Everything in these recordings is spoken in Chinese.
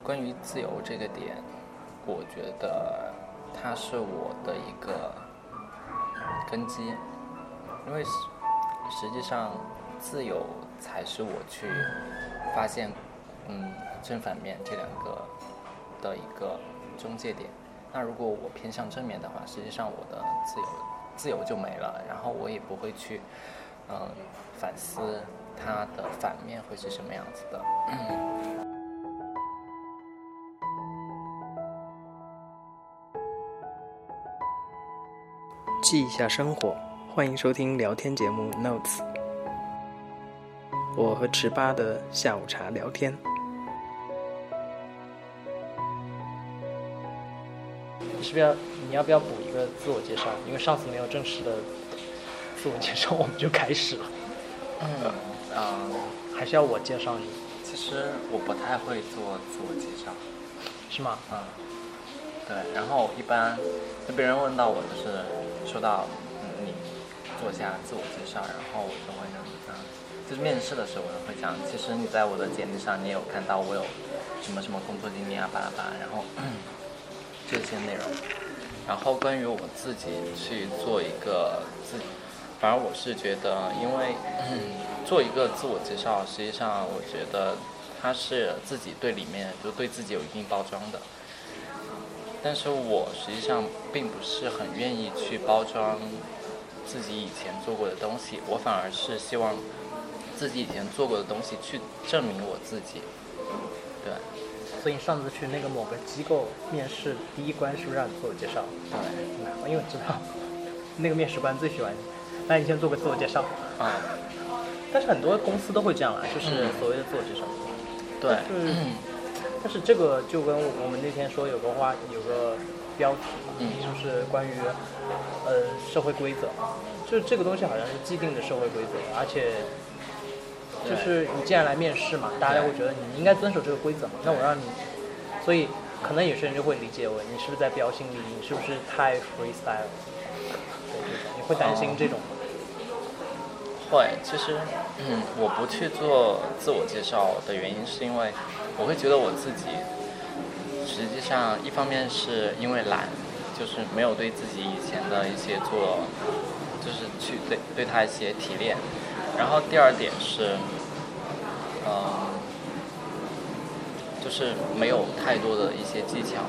关于自由这个点，我觉得它是我的一个根基，因为实际上自由才是我去发现正反面这两个的一个中介点。那如果我偏向正面的话，实际上我的自由就没了，然后我也不会去反思它的反面会是什么样子的。 记一下生活，欢迎收听聊天节目 Notes， 我和池巴的下午茶聊天。 你要不要补一个自我介绍？因为上次没有正式的自我介绍，我们就开始了。还是要我介绍你？ 其实我不太会做自我介绍。 是吗？ 对。然后一般别人问到我就是说到你做一下自我介绍，然后我就会就是面试的时候我会讲，其实你在我的简历上你也有看到我有什么工作经历啊，巴拉巴拉，然后这些内容。然后关于我自己去做一个反而我是觉得，因为做一个自我介绍，实际上我觉得它是自己对里面就对自己有一定包装的，但是我实际上并不是很愿意去包装自己以前做过的东西，我反而是希望自己以前做过的东西去证明我自己。对。 所以你上次去那个某个机构面试，第一关是不是让你自我介绍？ 对。 因为我知道那个面试官最喜欢你，那你先做个自我介绍。但是很多公司都会这样啦，就是所谓的自我介绍。 对。 但是这个就跟我们那天说有个标题，就是关于社会规则，就是这个东西好像是既定的社会规则，而且就是你既然来面试嘛，大家会觉得你应该遵守这个规则嘛，那我让你，所以可能有些人就会理解为你是不是在标新立异，你是不是太 freestyle， 你会担心这种吗？ 会，其实我不去做自我介绍的原因是因为我会觉得我自己实际上一方面是因为懒，就是没有对自己以前的一些就是去对它一些提炼，然后第二点是就是没有太多的一些技巧。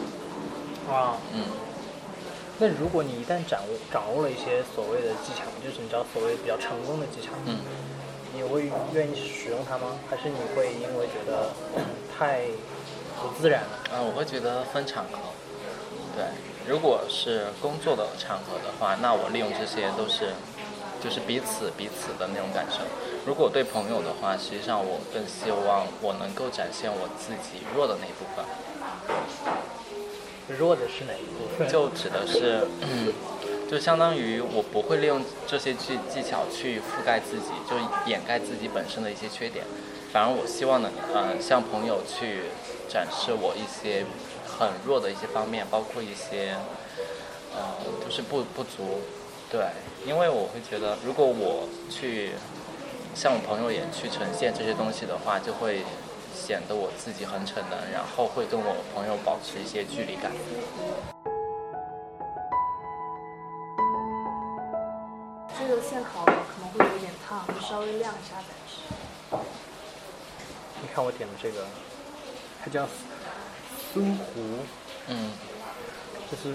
那如果你一旦掌握了一些所谓的技巧，就是你知道所谓比较成功的技巧，你会愿意使用它吗？还是你会因为觉得太不自然了？ 我会觉得分场合。对，如果是工作的场合的话，那我利用这些都是就是彼此的那种感受。如果对朋友的话，实际上我更希望我能够展现我自己弱的那一部分。 弱的是哪一部分？ 就指的是就相当于我不会利用这些技巧去覆盖自己，就掩盖自己本身的一些缺点，反而我希望能向朋友去展示我一些很弱的一些方面，包括一些就是不足。对，因为我会觉得如果我去向我朋友也去呈现这些东西的话，就会显得我自己很逞能，然后会跟我朋友保持一些距离感。 这个现烤可能会有点烫，就稍微晾一下再吃。 你看我点的这个，它叫酥糊，就是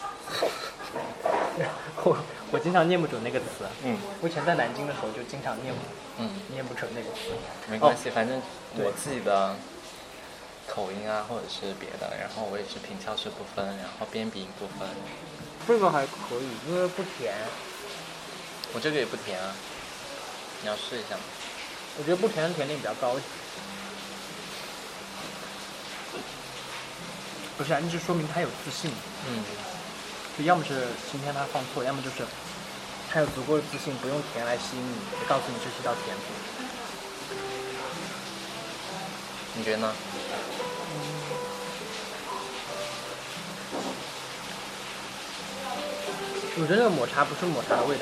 我经常念不准那个词。我以前在南京的时候就经常念不准那个词。 没关系，反正我自己的口音啊，或者是别的，然后我也是平翘舌不分，然后边鼻音不分。 这个还可以，因为不甜。 我这个也不甜啊，你要试一下吗？ 我觉得不甜的甜点比较高级。不是啊，那就说明他有自信。就要么是今天他放错，要么就是他有足够的自信，不用甜来吸引你，告诉你这是一道甜品。 你觉得呢？ 我觉得那个抹茶不是抹茶的味道。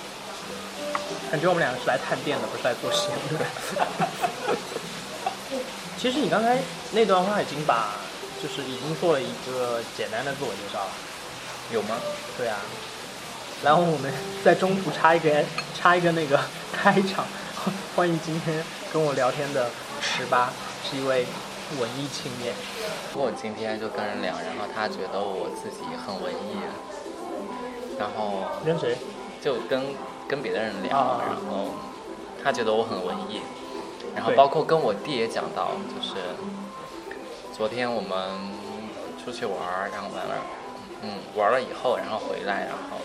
感觉我们两个是来探店的，不是来做实验的。 其实你刚才那段话已经做了一个简单的自我介绍了。 有吗？ 对啊。然后我们在中途插一个那个开场，欢迎今天跟我聊天的18，是一位文艺青年。 我今天就跟人聊，然后他觉得我自己很文艺，然后跟谁？ 就跟别的人聊，然后他觉得我很文艺，然后包括跟我弟也讲到，就是昨天我们出去玩，然后玩了以后，然后回来，然后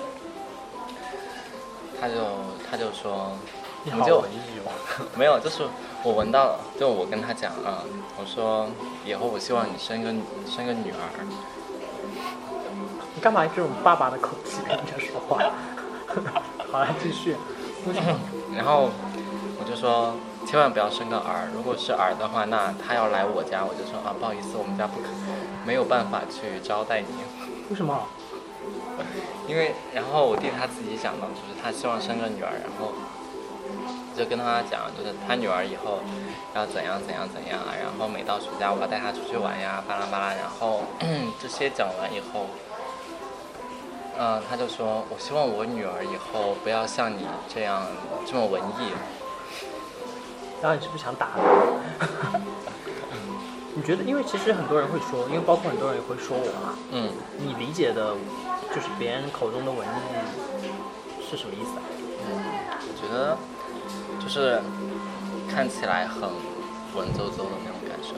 他就说， 你好文艺哦。 没有，就是我闻到，就我跟他讲啊，我说以后我希望你生个女儿。 你干嘛这种爸爸的口气跟人家说话？好了，继续。 然后我就说千万不要生个儿，如果是儿的话，那他要来我家，我就说不好意思，我们家没有办法去招待你。 为什么？ 因为然后我弟他自己讲到，就是他希望生个女儿，然后就跟他讲，就是他女儿以后要怎样啊，然后每到暑假我要带她出去玩呀，巴拉巴拉，然后这些讲完以后，他就说我希望我女儿以后不要像你这么文艺。 然后你是不是想打他？你觉得，因为其实很多人会说，因为包括很多人也会说我嘛，你理解的就是别人口中的文艺是什么意思啊？ 我觉得就是看起来很文绉绉的那种感受，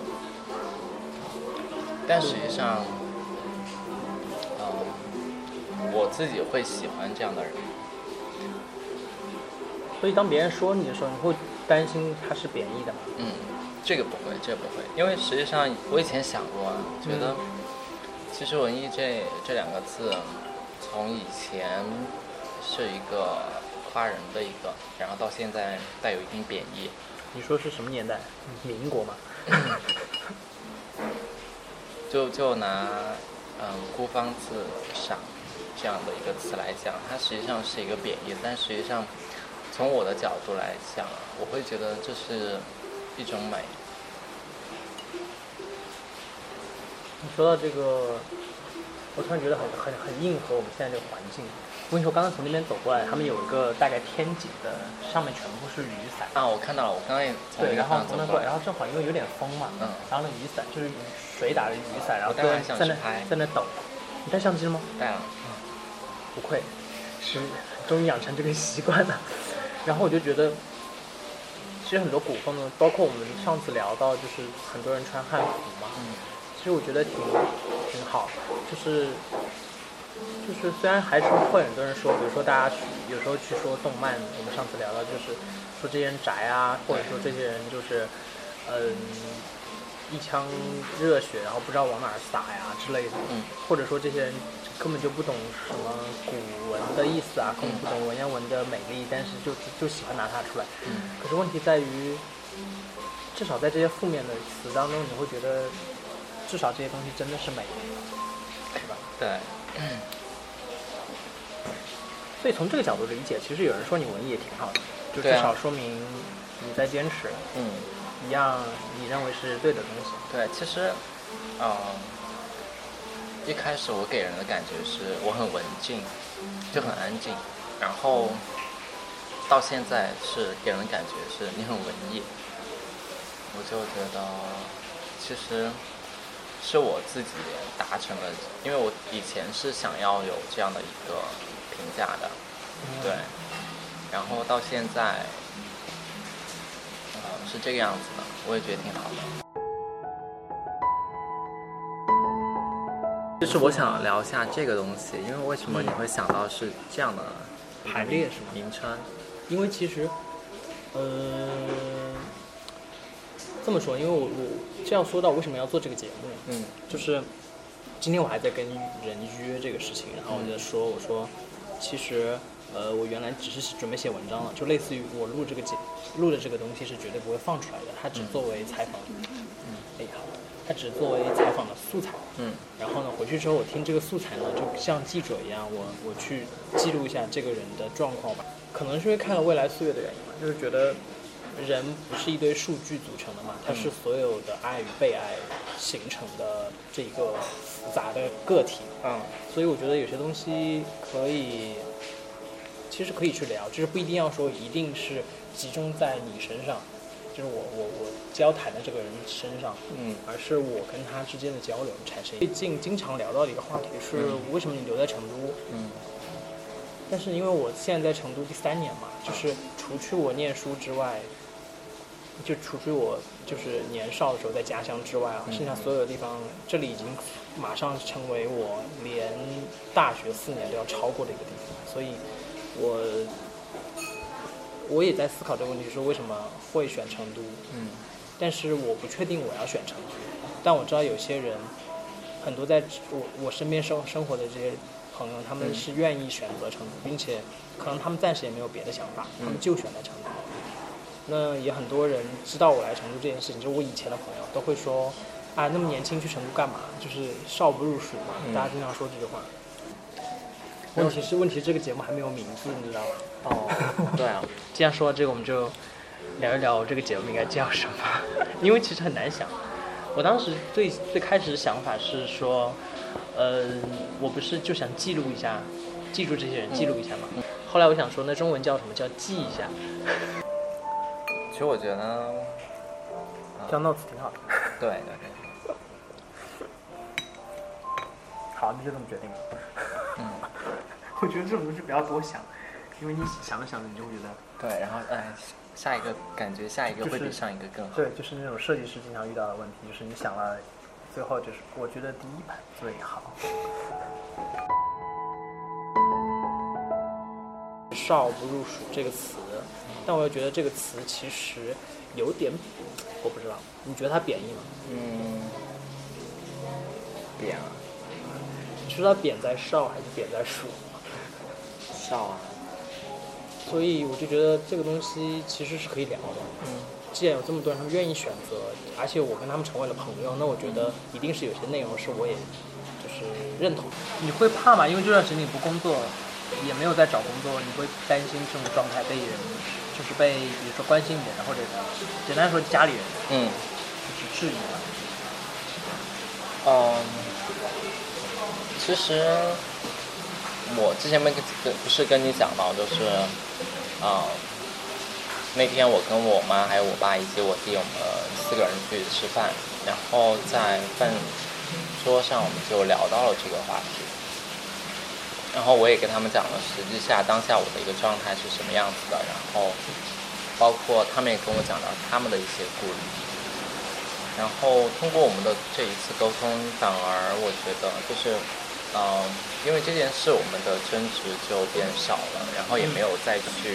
但实际上，我自己会喜欢这样的人。 所以当别人说你的时候，你会担心他是贬义的吗？ 这个不会，因为实际上我以前想过觉得其实文艺这两个字，从以前是一个夸人的一个，然后到现在带有一定贬义。 你说是什么年代？民国吗？ 就拿孤芳自赏这样的一个词来讲，它实际上是一个贬义，但实际上从我的角度来讲，我会觉得这是一种美。 你说到这个，我突然觉得很应和我们现在这个环境。我跟你说，刚刚从那边走过来，他们有一个大概天井的，上面全部是雨伞。 我看到了，我刚刚也从那个地方走过来。 然后正好因为有点风嘛，然后那雨伞就是水打的雨伞，然后在那抖。你带相机了吗？ 带了。 不愧是终于养成这个习惯了。然后我就觉得，其实很多古风的，包括我们上次聊到，就是很多人穿汉服嘛。其实我觉得挺好，就是虽然还是会很多人说，比如说大家有时候去说动漫，我们上次聊到就是说这些人宅啊，或者说这些人就是一腔热血，然后不知道往哪儿撒呀之类的，或者说这些人根本就不懂什么古文的意思啊，根本不懂文言文的美丽，但是就喜欢拿它出来。可是问题在于，至少在这些负面的词当中，你会觉得至少这些东西真的是美的，是吧？ 对。 所以从这个角度理解，其实有人说你文艺也挺好的，就至少说明你在坚持，一样你认为是对的东西。 对，其实，一开始我给人的感觉是我很文静，就很安静，然后到现在是给人的感觉是你很文艺，我就觉得其实是我自己达成了，因为我以前是想要有这样的一个评价的，对，然后到现在，是这个样子的，我也觉得挺好的。就是我想聊一下这个东西，因为为什么你会想到是这样的排列是吗？ 名称？ 因为其实，这么说，因为我这样说到为什么要做这个节目，就是今天我还在跟人约这个事情，然后我就说，我说其实我原来只是准备写文章了，就类似于我录的这个东西是绝对不会放出来的，它只作为采访，它只作为采访的素材，然后呢回去之后我听这个素材呢，就像记者一样，我去记录一下这个人的状况吧。可能是因为看了《未来岁月》的原因嘛，就是觉得人不是一堆数据组成的嘛，它是所有的爱与被爱形成的这一个复杂的个体。所以我觉得有些东西其实可以去聊，就是不一定要说一定是集中在你身上，就是我交谈的这个人身上，而是我跟他之间的交流产生。最近经常聊到的一个话题是，为什么你留在成都？但是因为我现在在成都第3年嘛，就是除去我念书之外，就除去我就是年少的时候在家乡之外啊，剩下所有的地方，这里已经马上成为我连大学4年都要超过的一个地方，所以我也在思考这个问题，说为什么会选成都。但是我不确定我要选成都，但我知道有些人，很多在我身边生活的这些朋友，他们是愿意选择成都，并且可能他们暂时也没有别的想法，他们就选在成都。那也很多人知道我来成都这件事情，就是我以前的朋友都会说，啊，那么年轻去成都干嘛？就是少不入蜀嘛，大家经常说这句话。问题是这个节目还没有名字，你知道吗？ 对啊。 既然说到这个，我们就聊一聊这个节目应该叫什么，因为其实很难想。我当时最开始的想法是说，我不是就想记录一下，记住这些人，记录一下嘛。后来我想说，那中文叫什么？叫记一下。 其实我觉得叫 notes 挺好的。 对。 好，那就这么决定了。我觉得这种东西不要多想，因为你想着想着你就会觉得对，然后下一个感觉下一个会比上一个更好。 对，就是那种设计师经常遇到的问题，就是你想了，最后就是我觉得第一版最好。少不入蜀这个词，但我又觉得这个词其实有点，我不知道，你觉得它贬义吗？ 贬啊。 你说它贬在少还是贬在蜀？ 少啊。 所以我就觉得这个东西其实是可以聊的。既然有这么多人他们愿意选择，而且我跟他们成为了朋友，那我觉得一定是有些内容是我也就是认同。你会怕吗？因为这段时间你不工作，也没有在找工作，你会担心这种状态被人就是被比如说关心你的，或者简单说家里人就是质疑嘛。 其实我之前不是跟你讲到，就是那天我跟我妈还有我爸以及我弟，我们4个人去吃饭，然后在饭桌上我们就聊到了这个话题，然后我也跟他们讲了实际下当下我的一个状态是什么样子的，然后包括他们也跟我讲到他们的一些顾虑，然后通过我们的这一次沟通，反而我觉得就是因为这件事我们的争执就变少了，然后也没有再去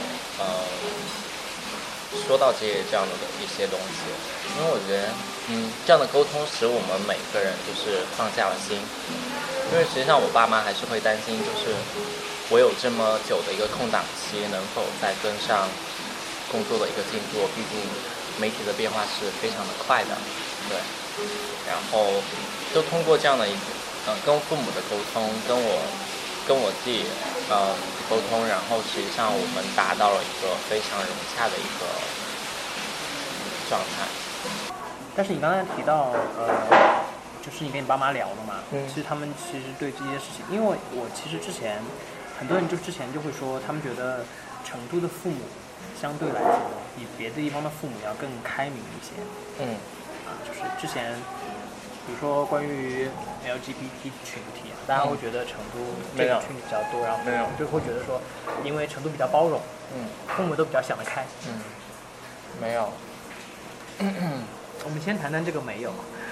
说到这样的一些东西，因为我觉得这样的沟通使我们每个人就是放下了心，因为实际上我爸妈还是会担心，就是我有这么久的一个空档期能否再跟上工作的一个进度，毕竟媒体的变化是非常的快的，对，然后就通过这样的一个跟父母的沟通，跟我弟沟通，然后实际上我们达到了一个非常融洽的一个状态。 但是你刚才提到就是你跟你爸妈聊了嘛，其实他们其实对这些事情，因为我其实之前很多人之前就会说，他们觉得成都的父母相对来说比别的地方的父母要更开明一些。就是之前比如说关于 LGBT 群体大家会觉得成都这个群体比较多，然后就会觉得说，因为成都比较包容，父母都比较想得开。 没有。 我们先谈谈这个没有。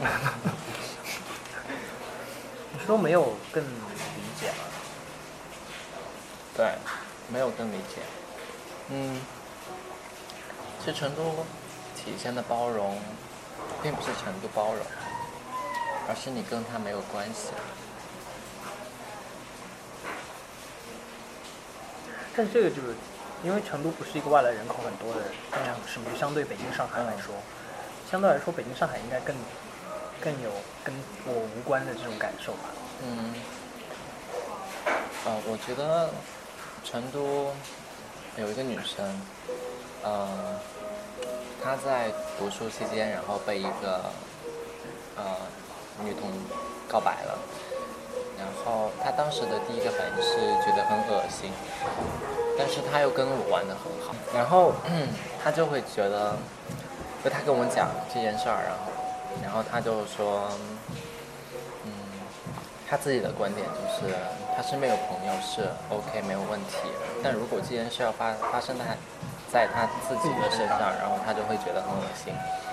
你说没有更理解吗？ 对，没有更理解。其实成都体现的包容，并不是成都包容，而是你跟他没有关系。 但这个就是因为成都不是一个外来人口很多的省会，相对北京、上海来说，相对来说北京、上海应该更有跟我无关的这种感受吧。 我觉得成都有一个女生， 他在读书期间，然后被一个女同告白了，然后他当时的第一个反应是觉得很恶心，但是他又跟我玩得很好，然后他就会觉得，就他跟我讲这件事儿，然后他就说，他自己的观点就是他身边有朋友是 OK 没有问题，但如果这件事要发生在他自己的身上，然后他就会觉得很恶心。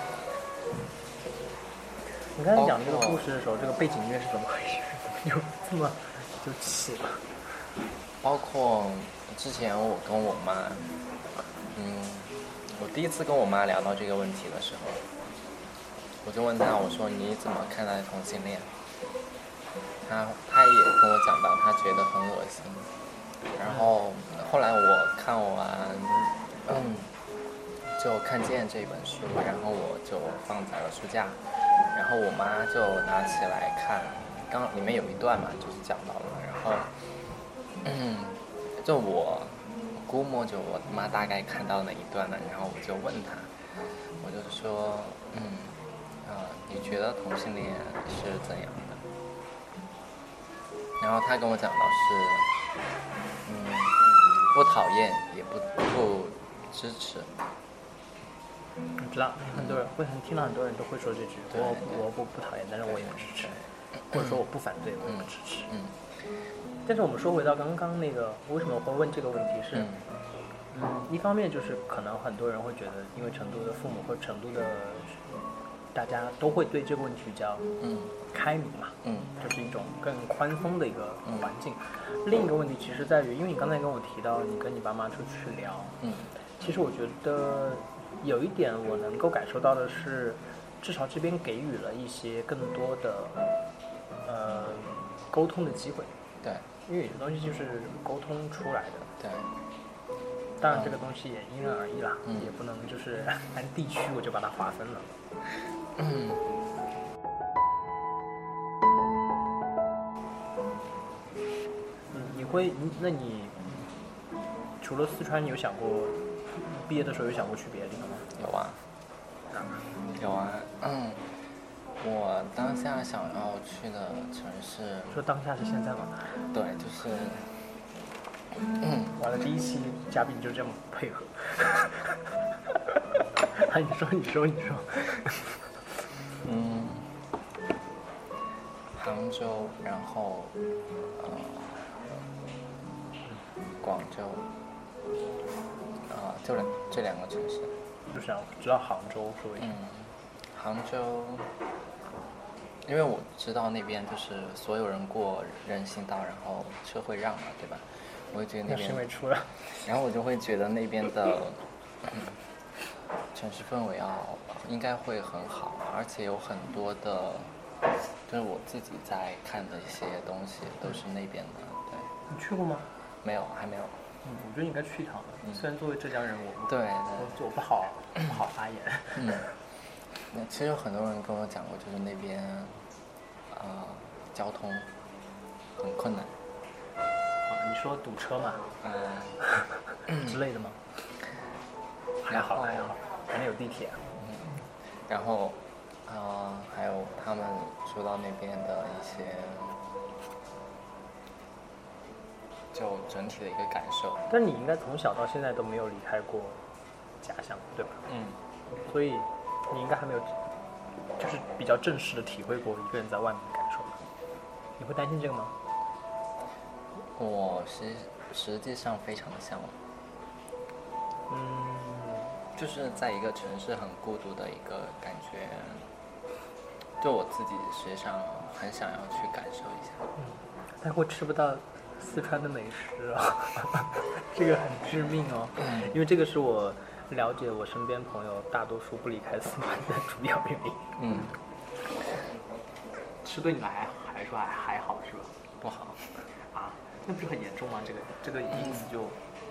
你刚才讲这个故事的时候，这个背景音乐是怎么回事？就这么就起了？ 包括之前我跟我妈，我第一次跟我妈聊到这个问题的时候，我就问她，我说你怎么看待同性恋？她也跟我讲到，她觉得很恶心。然后后来我看完，就看见这本书，然后我就放在了书架，然后我妈就拿起来看，刚里面有一段嘛，就是讲到了，然后，就我估摸着我妈大概看到哪一段了，然后我就问她，我就说，你觉得同性恋是怎样的？然后她跟我讲到是，不讨厌也不支持。 我知道很多人会听到很多人都会说这句，我不讨厌，但是我也不支持，或者说我不反对，我不支持。但是我们说回到刚刚那个，为什么我会问这个问题是，一方面就是可能很多人会觉得，因为成都的父母或成都的大家都会对这个问题比较开明嘛，就是一种更宽松的一个环境。另一个问题其实在于，因为你刚才跟我提到你跟你爸妈出去聊，其实我觉得有一点我能够感受到的是，至少这边给予了一些更多的沟通的机会。 对， 因为有些东西就是沟通出来的。 对。 当然这个东西也因人而异啦，也不能就是按地区我就把它划分了。那你除了四川，你有想过毕业的时候有想过去别的地方吗？ 有啊，我当下想要去的城市， 说当下是现在吗？ 对，就是， 完了，第一期嘉宾就这么配合。你说。 杭州，然后广州，就这两个城市。 就想知道杭州是为什么？ 杭州，因为我知道那边就是所有人过人行道，然后车会让嘛，对吧？我会觉得那边，然后我就会觉得那边的城市氛围应该会很好，而且有很多的，就是我自己在看的一些东西都是那边的。对， 你去过吗？ 没有，还没有。 我觉得你应该去一趟的。虽然作为浙江人，我不好发言。 其实有很多人跟我讲过，就是那边交通很困难。 你说堵车嘛？之类的吗？还好，反正有地铁。 然后还有他们说到那边的一些，就整体的一个感受。 但你应该从小到现在都没有离开过家乡，对吧？所以你应该还没有，就是比较正式的体会过一个人在外面的感受吧？你会担心这个吗？ 我实际上非常的向往。就是在一个城市很孤独的一个感觉，就我自己实际上很想要去感受一下。 但会吃不到四川的美食啊，这个很致命哦。因为这个是我了解我身边朋友大多数不离开四川的主要原因。吃对你来说还好是吧？ 不好啊？那不是很严重吗？这个因此就。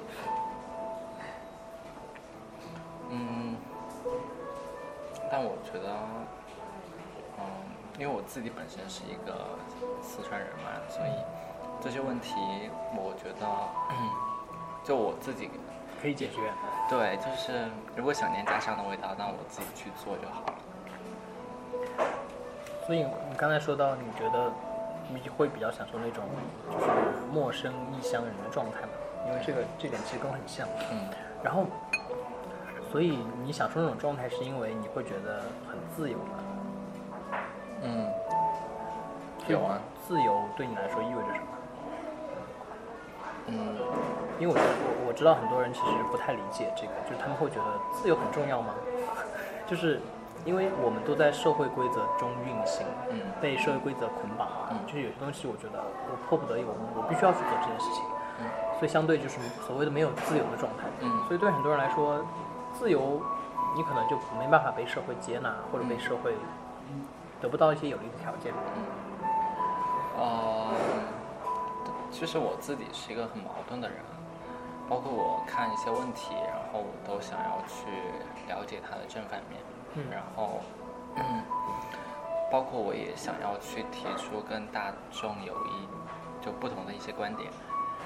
但我觉得，因为我自己本身是一个四川人嘛，所以这些问题我觉得，就我自己可以解决。 对，就是如果想念家乡的味道，那我自己去做就好了。 所以你刚才说到，你觉得你会比较享受那种就是陌生异乡人的状态嘛？因为这点其实跟我很像。然后，所以你享受那种状态，是因为你会觉得很自由吗？ 有啊。 自由对你来说意味着什么？因为我知道很多人其实不太理解这个，就是他们会觉得自由很重要吗？就是因为我们都在社会规则中运行，被社会规则捆绑，就是有些东西我觉得我迫不得已，我必须要去做这件事情，所以相对就是所谓的没有自由的状态，所以对很多人来说，自由你可能就没办法被社会接纳，或者被社会得不到一些有利的条件。 其实我自己是一个很矛盾的人，包括我看一些问题，然后我都想要去了解它的正反面，然后包括我也想要去提出跟大众有就不同的一些观点。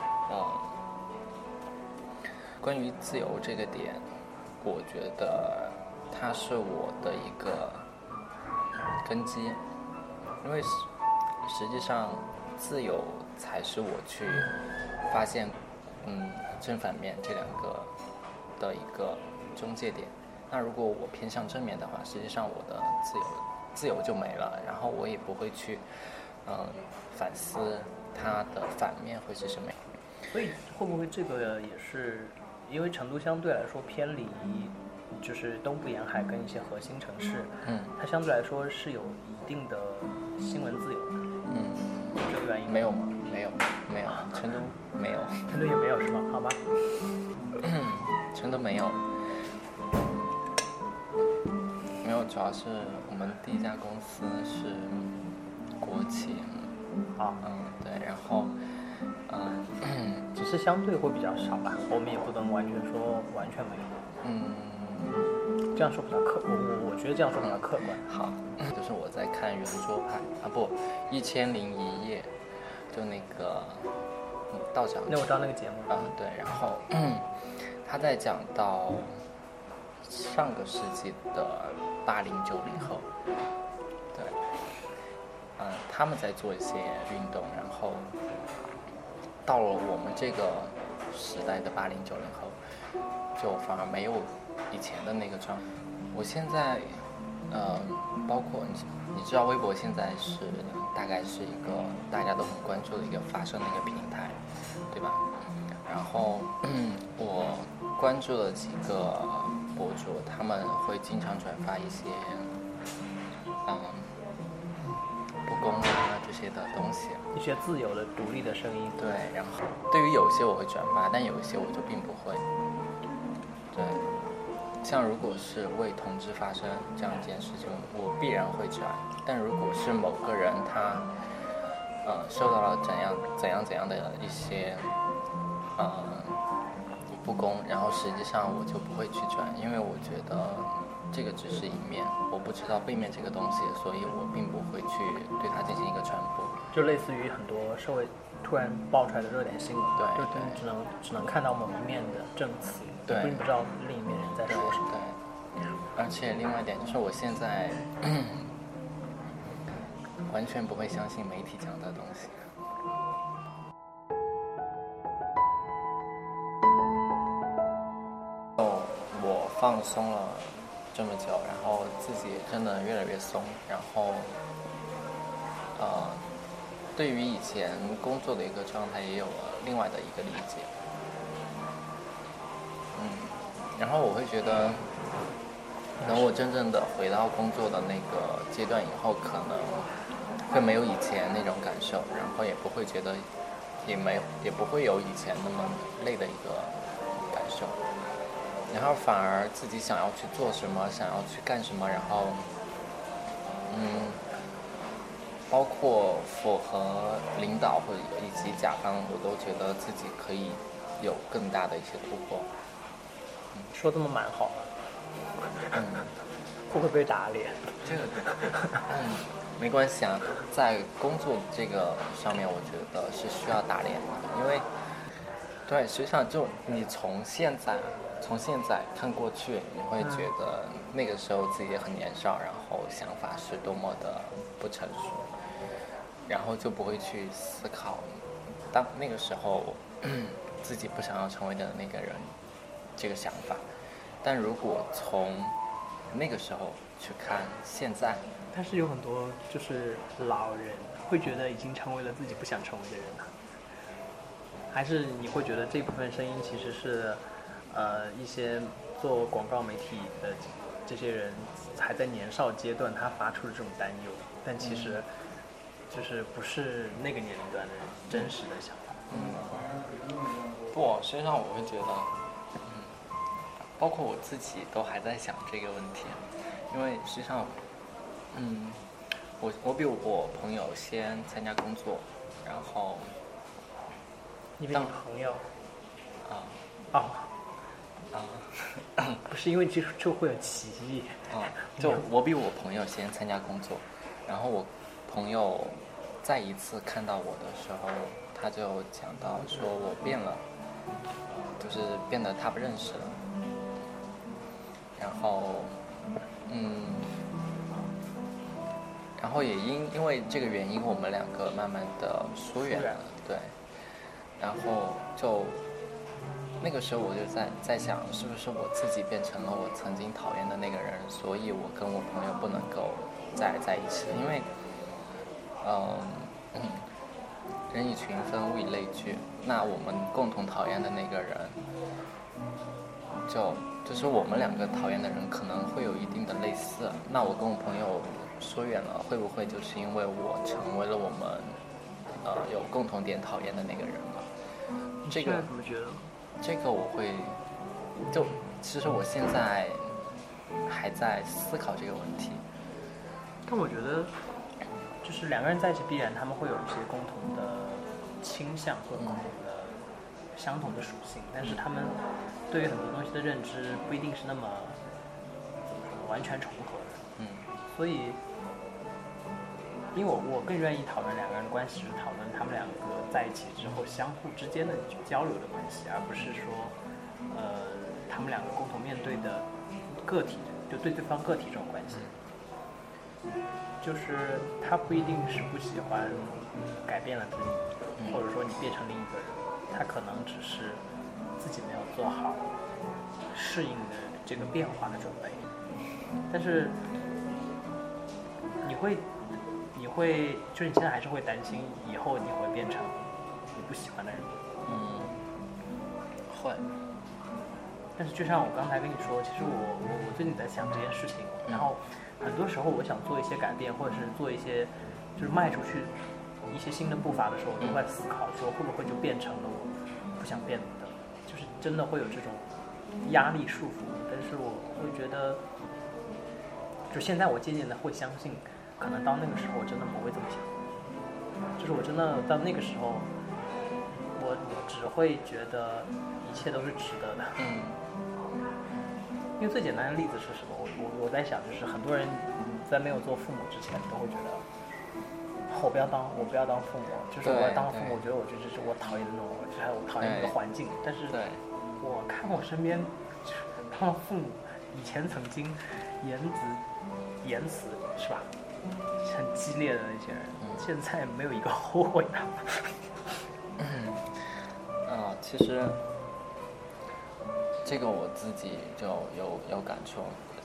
关于自由这个点，我觉得它是我的一个根基，因为实际上自由才是我去发现正反面这两个的一个中介点。那如果我偏向正面的话，实际上我的自由就没了，然后我也不会去反思它的反面会是什么。 所以会不会这个也是因为成都相对来说偏离就是东部沿海跟一些核心城市，它相对来说是有一定的新闻自由的。这个原因没有吗？没有，成都没有。 成都也没有是吗？好吧。 成都没有，没有，主要是我们第一家公司是国企。对，然后只是相对会比较少吧，我们也不能完全说完全没有。这样说比较我觉得这样说比较客观。 好，就是我在看圆桌派1001夜，就那个道长。 那我知道那个节目。 对，然后他在讲到上个世纪的80、90后，对，他们在做一些运动，然后到了我们这个时代的80、90后，就反而没有以前的那个状态。我现在包括你知道微博现在是大概是一个大家都很关注的一个发声的一个平台，对吧？然后我关注了几个博主，他们会经常转发一些不公啊这些的东西， 一些自由的独立的声音。 对，然后对于有些我会转发，但有一些我就并不会。对，像如果是为同志发声这样一件事情，我必然会转。但如果是某个人他受到了怎样的一些不公，然后实际上我就不会去转，因为我觉得这个只是一面，我不知道背面这个东西，所以我并不会去对它进行一个传播。 就类似于很多社会突然爆出来的热点新闻， 对， 就只能看到某一面的证词， 对， 并不知道另一面人在说什么。 对，而且另外一点就是我现在完全不会相信媒体讲的东西。我放松了这么久，然后自己真的越来越松，然后对于以前工作的一个状态也有了另外的一个理解。然后我会觉得等我真正的回到工作的那个阶段以后，可能会没有以前那种感受，然后也不会觉得也不会有以前那么累的一个感受，然后反而自己想要去做什么，想要去干什么，然后包括符合领导或者以及甲方，我都觉得自己可以有更大的一些突破。 说这么满好吗？会不会被打脸？ 这个没关系啊，在工作这个上面，我觉得是需要打脸的，因为对，实际上就你从现在从现在看过去，你会觉得那个时候自己也很年少，然后想法是多么的不成熟，然后就不会去思考当那个时候自己不想要成为的那个人这个想法。但如果从那个时候去看现在， 但是有很多就是老人会觉得已经成为了自己不想成为的人了，还是你会觉得这部分声音其实是一些做广告媒体的这些人还在年少阶段他发出的这种担忧，但其实就是不是那个年龄段的人真实的想法。 不，实际上我会觉得包括我自己都还在想这个问题，因为实际上我比我朋友先参加工作，然后你比你朋友不是因为就会有歧义就我比我朋友先参加工作，然后我朋友再一次看到我的时候，他就讲到说我变了，就是变得他不认识了，然后然后也因为这个原因，我们两个慢慢的疏远了，对。然后就那个时候我就在想，是不是我自己变成了我曾经讨厌的那个人，所以我跟我朋友不能够再在一起，因为人以群分，物以类聚。那我们共同讨厌的那个人，就是我们两个讨厌的人可能会有一定的类似。那我跟我朋友疏远了，会不会就是因为我成为了我们有共同点讨厌的那个人了？这个怎么觉得？ 这个我会其实我现在还在思考这个问题。 但我觉得就是两个人在一起必然他们会有一些共同的倾向或共同的相同的属性，但是他们对于很多东西的认知不一定是那么完全重合的。所以因为我更愿意讨论两个人的关系，是讨论他们两个在一起之后相互之间的交流的关系，而不是说他们两个共同面对的个体，就对对方个体这种关系。就是他不一定是不喜欢改变了自己，或者说你变成另一个人，他可能只是自己没有做好适应的这个变化的准备。但是你会就是你现在还是会担心以后你会变成你不喜欢的人。 会。 但是就像我刚才跟你说，其实我最近在想这件事情，然后很多时候我想做一些改变，或者是做一些就是迈出去一些新的步伐的时候，我都会思考说会不会就变成了我不想变的，就是真的会有这种压力束缚。但是我会觉得，就现在我渐渐的会相信，可能到那个时候我真的不会这么想，就是我真的到那个时候，我只会觉得一切都是值得的。因为最简单的例子是什么？我在想，就是很多人在没有做父母之前，都会觉得，我不要当父母，就是我要当父母，我觉得我就是我讨厌的那种，就是我讨厌那个环境。但是我看我身边，他们父母以前曾经言辞是吧，很激烈的那些人，现在没有一个后悔的。 其实这个我自己就有感触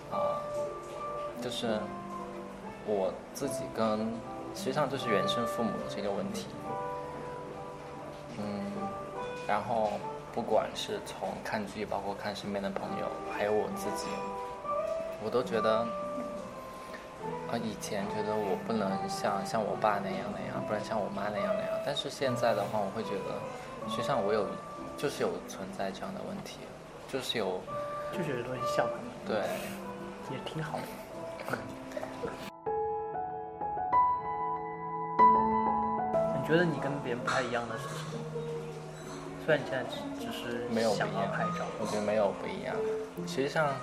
就是我自己实际上就是原生父母这个问题。然后不管是从看剧，包括看身边的朋友，还有我自己，我都觉得以前觉得我不能像我爸那样，不能像我妈那样。但是现在的话，我会觉得实际上我就是有存在这样的问题，就是有就觉得东西像他们， 对， 也挺好的。你觉得你跟别人不太一样的是什么？虽然你现在只是想要拍照， 我觉得没有不一样。实际上，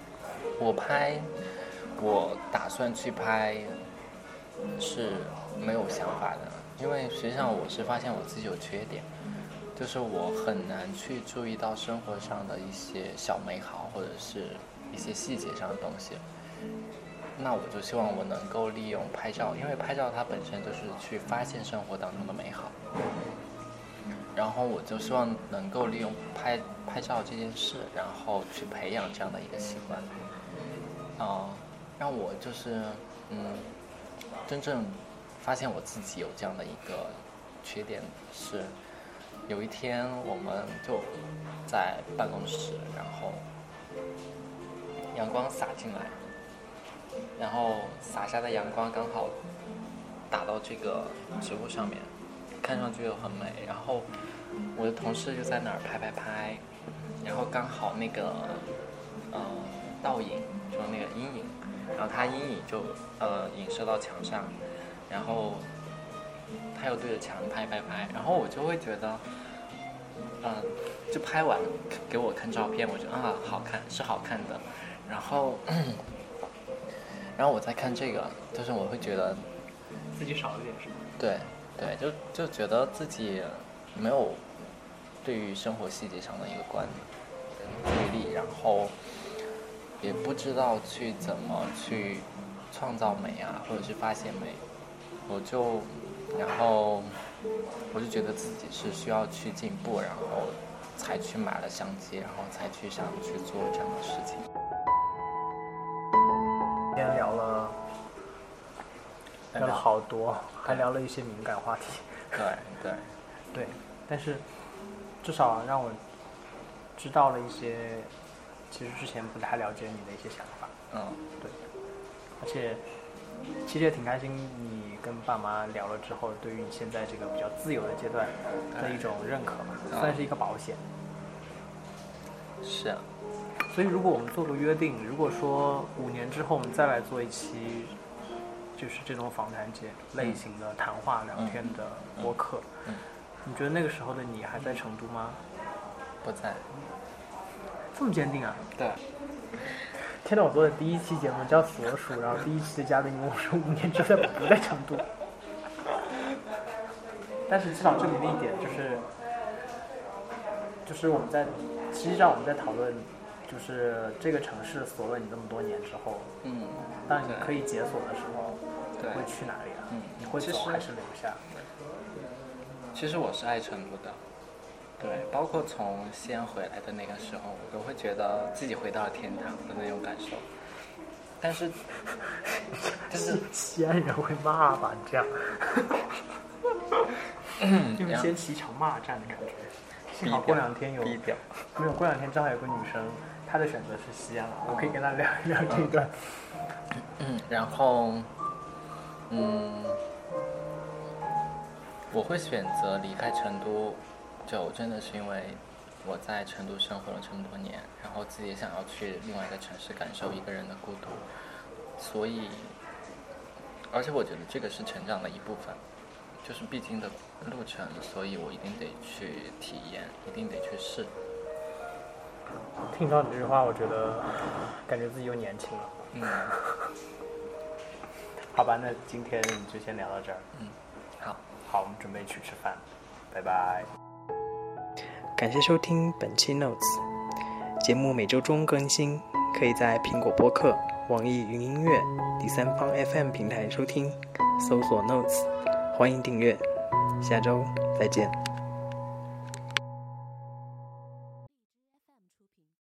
我打算去拍是没有想法的，因为实际上我是发现我自己有缺点。 就是我很难去注意到生活上的一些小美好，或者是一些细节上的东西。那我就希望我能够利用拍照，因为拍照它本身就是去发现生活当中的美好。然后我就希望能够利用拍照这件事，然后去培养这样的一个习惯，让我就是真正发现我自己有这样的一个缺点是，有一天我们就在办公室，然后阳光洒进来，然后洒下的阳光刚好打到这个植物上面，看上去又很美。然后我的同事就在那儿拍，然后刚好那个倒影，就那个阴影，然后它阴影就影射到墙上，然后他又对着墙拍，然后我就会觉得，就拍完给我看照片，我觉得好看，是好看的。然后我再看这个，就是我会觉得自己少了点是吗？ 对，就觉得自己没有对于生活细节上的一个注意力，然后也不知道去怎么去创造美啊，或者是发现美。然后我就觉得自己是需要去进步，然后才去买了相机，然后才去想去做这样的事情。 今天聊了好多，还聊了一些敏感话题。对，但是至少让我知道了一些其实之前不太了解你的一些想法。对，而且其实也挺开心你跟爸妈聊了之后，对于你现在这个比较自由的阶段的一种认可吧，算是一个保险。 是啊。 所以如果我们做个约定，如果说5年之后我们再来做一期就是这种访谈节类型的谈话聊天的播客，你觉得那个时候的你还在成都吗？ 不在。 这么坚定啊？ 对。 天哪，我做的第1期节目叫所属，然后第1期的嘉宾跟我说5年之后不在成都。但是至少证明了一点，就是我们在实际上我们在讨论，就是这个城市锁了你这么多年之后，当你可以解锁的时候，会去哪里啊？你会走还是留下？ 其实我是爱成都的。对，包括从西安回来的那个时候，我都会觉得自己回到了天堂的那种感受。但是西安人会骂吧？你这样，就掀起一场骂战的感觉。幸好过2天没有，过2天正好有个女生，她的选择是西安了，我可以跟她聊一聊这一段。 然后，我会选择离开成都。就真的是因为我在成都生活了这么多年，然后自己想要去另外一个城市感受一个人的孤独，所以，而且我觉得这个是成长的一部分，就是必经的路程，所以我一定得去体验，一定得去试。 听到你这句话，我觉得感觉自己又年轻了。好吧，那今天就先聊到这儿。好，我们准备去吃饭，拜拜。 感谢收听本期 Notes 节目，每周中更新，可以在苹果播客、网易云音乐、第三方 FM 平台收听，搜索 Notes， 欢迎订阅，下周再见。